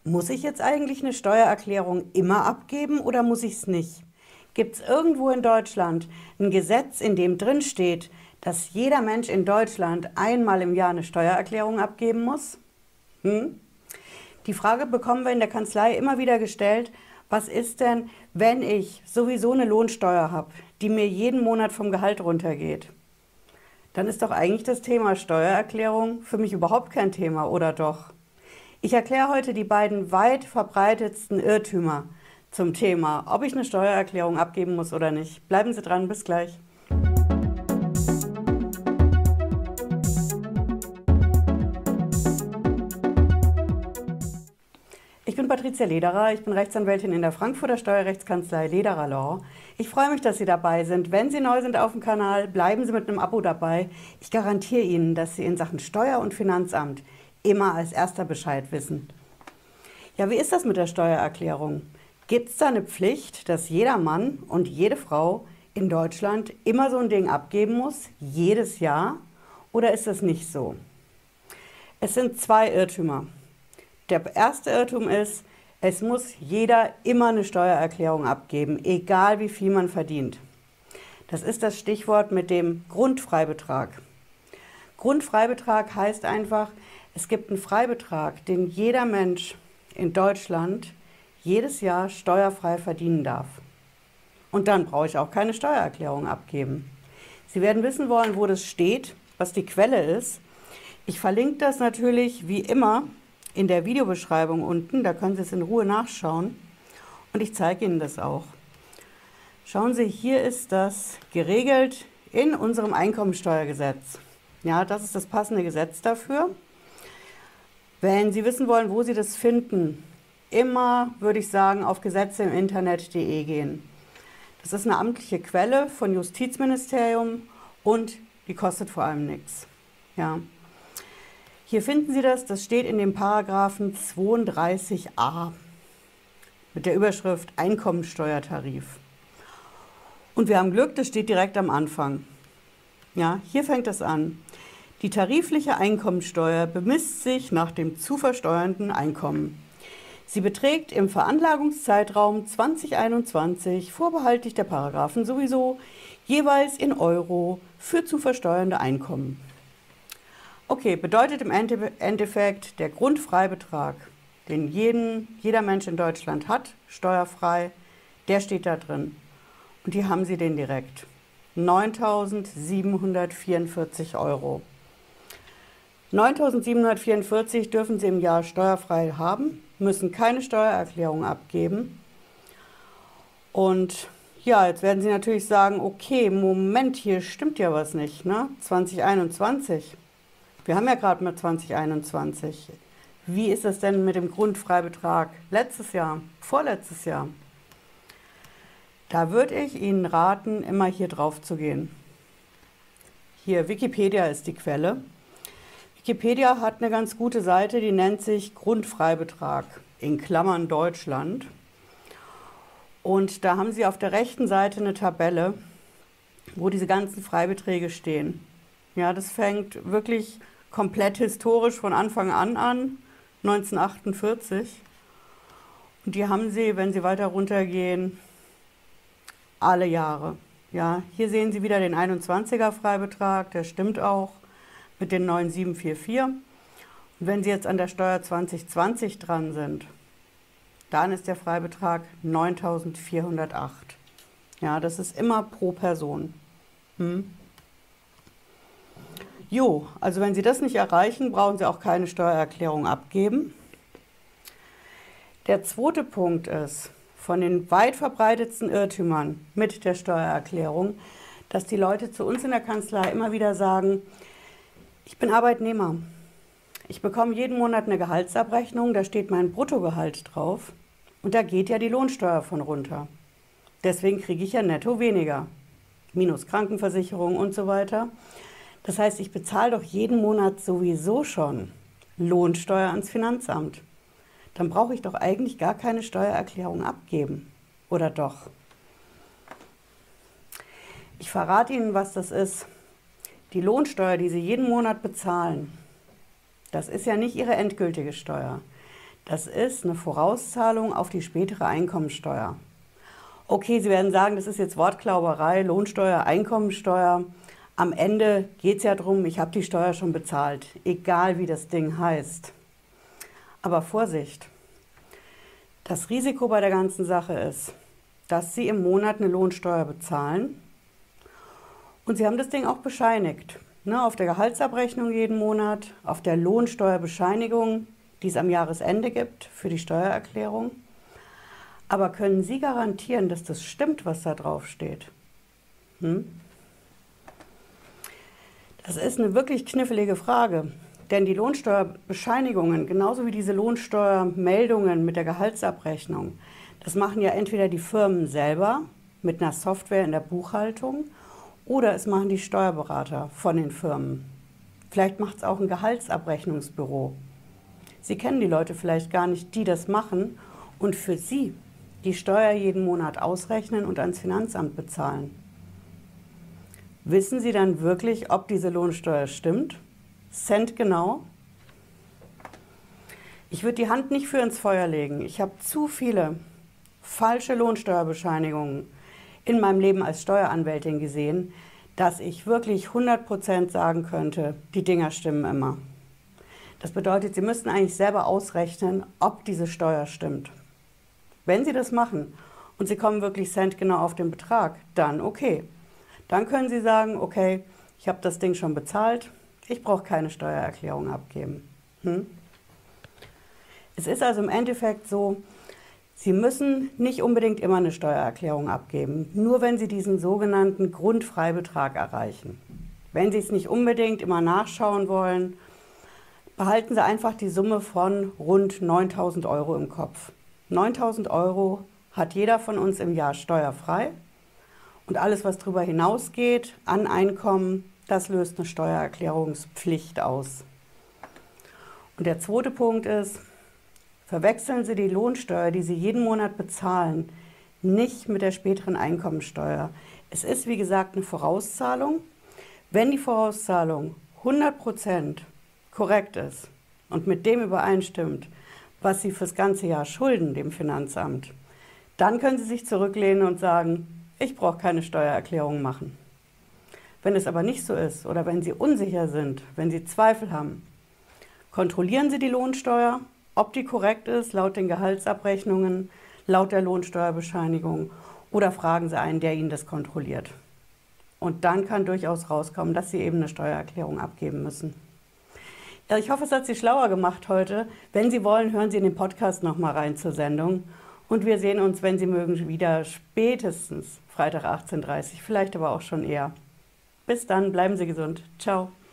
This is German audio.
Muss ich jetzt eigentlich eine Steuererklärung immer abgeben oder muss ich es nicht? Gibt es irgendwo in Deutschland ein Gesetz, in dem drin steht, dass jeder Mensch in Deutschland einmal im Jahr eine Steuererklärung abgeben muss? Hm? Die Frage bekommen wir in der Kanzlei immer wieder gestellt, was ist denn, wenn ich sowieso eine Lohnsteuer habe, die mir jeden Monat vom Gehalt runtergeht? Dann ist doch eigentlich das Thema Steuererklärung für mich überhaupt kein Thema, oder doch? Ich erkläre heute die beiden weit verbreitetsten Irrtümer zum Thema, ob ich eine Steuererklärung abgeben muss oder nicht. Bleiben Sie dran, bis gleich. Ich bin Patricia Lederer, ich bin Rechtsanwältin in der Frankfurter Steuerrechtskanzlei Lederer Law. Ich freue mich, dass Sie dabei sind. Wenn Sie neu sind auf dem Kanal, bleiben Sie mit einem Abo dabei. Ich garantiere Ihnen, dass Sie in Sachen Steuer- und Finanzamt immer als erster Bescheid wissen. Ja, wie ist das mit der Steuererklärung? Gibt es da eine Pflicht, dass jeder Mann und jede Frau in Deutschland immer so ein Ding abgeben muss, jedes Jahr? Oder ist das nicht so? Es sind zwei Irrtümer. Der erste Irrtum ist, es muss jeder immer eine Steuererklärung abgeben, egal wie viel man verdient. Das ist das Stichwort mit dem Grundfreibetrag. Grundfreibetrag heißt einfach, es gibt einen Freibetrag, den jeder Mensch in Deutschland jedes Jahr steuerfrei verdienen darf. Und dann brauche ich auch keine Steuererklärung abgeben. Sie werden wissen wollen, wo das steht, was die Quelle ist. Ich verlinke das natürlich wie immer in der Videobeschreibung unten, da können Sie es in Ruhe nachschauen und ich zeige Ihnen das auch. Schauen Sie, hier ist das geregelt in unserem Einkommensteuergesetz. Ja, das ist das passende Gesetz dafür. Wenn Sie wissen wollen, wo Sie das finden, immer, würde ich sagen, auf gesetzeiminternet.de gehen. Das ist eine amtliche Quelle von Justizministerium und die kostet vor allem nichts. Ja. Hier finden Sie das steht in dem Paragraphen 32a mit der Überschrift Einkommensteuertarif. Und wir haben Glück, das steht direkt am Anfang. Ja, hier fängt es an. Die tarifliche Einkommensteuer bemisst sich nach dem zu versteuernden Einkommen. Sie beträgt im Veranlagungszeitraum 2021, vorbehaltlich der Paragraphen sowieso, jeweils in Euro für zu versteuernde Einkommen. Okay, bedeutet im Endeffekt der Grundfreibetrag, den jeder Mensch in Deutschland hat, steuerfrei, der steht da drin. Und hier haben Sie den direkt. 9.744 Euro. 9.744 dürfen Sie im Jahr steuerfrei haben, müssen keine Steuererklärung abgeben. Und ja, jetzt werden Sie natürlich sagen, okay, Moment, hier stimmt ja was nicht, ne? 2021. Wir haben ja gerade mal 2021. Wie ist es denn mit dem Grundfreibetrag letztes Jahr, vorletztes Jahr? Da würde ich Ihnen raten, immer hier drauf zu gehen. Hier, Wikipedia ist die Quelle. Wikipedia hat eine ganz gute Seite, die nennt sich Grundfreibetrag, in Klammern Deutschland. Und da haben Sie auf der rechten Seite eine Tabelle, wo diese ganzen Freibeträge stehen. Ja, das fängt wirklich komplett historisch von Anfang an, 1948. Und die haben Sie, wenn Sie weiter runtergehen, alle Jahre. Ja, hier sehen Sie wieder den 21er Freibetrag, der stimmt auch mit den 9.744. Und wenn Sie jetzt an der Steuer 2020 dran sind, dann ist der Freibetrag 9.408. Ja, das ist immer pro Person. Jo, also wenn Sie das nicht erreichen, brauchen Sie auch keine Steuererklärung abgeben. Der zweite Punkt ist, von den weit verbreitetsten Irrtümern mit der Steuererklärung, dass die Leute zu uns in der Kanzlei immer wieder sagen, ich bin Arbeitnehmer. Ich bekomme jeden Monat eine Gehaltsabrechnung, da steht mein Bruttogehalt drauf und da geht ja die Lohnsteuer von runter. Deswegen kriege ich ja netto weniger, minus Krankenversicherung und so weiter. Das heißt, ich bezahle doch jeden Monat sowieso schon Lohnsteuer ans Finanzamt. Dann brauche ich doch eigentlich gar keine Steuererklärung abgeben. Oder doch? Ich verrate Ihnen, was das ist. Die Lohnsteuer, die Sie jeden Monat bezahlen, das ist ja nicht Ihre endgültige Steuer. Das ist eine Vorauszahlung auf die spätere Einkommensteuer. Okay, Sie werden sagen, das ist jetzt Wortklauberei, Lohnsteuer, Einkommensteuer. Am Ende geht es ja darum, ich habe die Steuer schon bezahlt, egal wie das Ding heißt. Aber Vorsicht, das Risiko bei der ganzen Sache ist, dass Sie im Monat eine Lohnsteuer bezahlen und Sie haben das Ding auch bescheinigt. Ne, auf der Gehaltsabrechnung jeden Monat, auf der Lohnsteuerbescheinigung, die es am Jahresende gibt für die Steuererklärung. Aber können Sie garantieren, dass das stimmt, was da drauf steht? Das ist eine wirklich knifflige Frage, denn die Lohnsteuerbescheinigungen, genauso wie diese Lohnsteuermeldungen mit der Gehaltsabrechnung, das machen ja entweder die Firmen selber mit einer Software in der Buchhaltung oder es machen die Steuerberater von den Firmen. Vielleicht macht es auch ein Gehaltsabrechnungsbüro. Sie kennen die Leute vielleicht gar nicht, die das machen und für Sie die Steuer jeden Monat ausrechnen und ans Finanzamt bezahlen. Wissen Sie dann wirklich, ob diese Lohnsteuer stimmt? Centgenau? Ich würde die Hand nicht für ins Feuer legen. Ich habe zu viele falsche Lohnsteuerbescheinigungen in meinem Leben als Steueranwältin gesehen, dass ich wirklich 100% sagen könnte, die Dinger stimmen immer. Das bedeutet, Sie müssten eigentlich selber ausrechnen, ob diese Steuer stimmt. Wenn Sie das machen und Sie kommen wirklich centgenau auf den Betrag, dann okay. Dann können Sie sagen, okay, ich habe das Ding schon bezahlt, ich brauche keine Steuererklärung abgeben. Es ist also im Endeffekt so, Sie müssen nicht unbedingt immer eine Steuererklärung abgeben, nur wenn Sie diesen sogenannten Grundfreibetrag erreichen. Wenn Sie es nicht unbedingt immer nachschauen wollen, behalten Sie einfach die Summe von rund 9.000 € im Kopf. 9.000 € hat jeder von uns im Jahr steuerfrei und alles, was darüber hinausgeht an Einkommen, das löst eine Steuererklärungspflicht aus. Und der zweite Punkt ist, verwechseln Sie die Lohnsteuer, die Sie jeden Monat bezahlen, nicht mit der späteren Einkommensteuer. Es ist, wie gesagt, eine Vorauszahlung. Wenn die Vorauszahlung 100% korrekt ist und mit dem übereinstimmt, was Sie fürs ganze Jahr schulden dem Finanzamt, dann können Sie sich zurücklehnen und sagen, ich brauche keine Steuererklärung machen. Wenn es aber nicht so ist oder wenn Sie unsicher sind, wenn Sie Zweifel haben, kontrollieren Sie die Lohnsteuer, ob die korrekt ist, laut den Gehaltsabrechnungen, laut der Lohnsteuerbescheinigung, oder fragen Sie einen, der Ihnen das kontrolliert. Und dann kann durchaus rauskommen, dass Sie eben eine Steuererklärung abgeben müssen. Ja, ich hoffe, es hat Sie schlauer gemacht heute. Wenn Sie wollen, hören Sie in den Podcast nochmal rein zur Sendung. Und wir sehen uns, wenn Sie mögen, wieder spätestens Freitag 18:30 Uhr, vielleicht aber auch schon eher. Bis dann, bleiben Sie gesund. Ciao.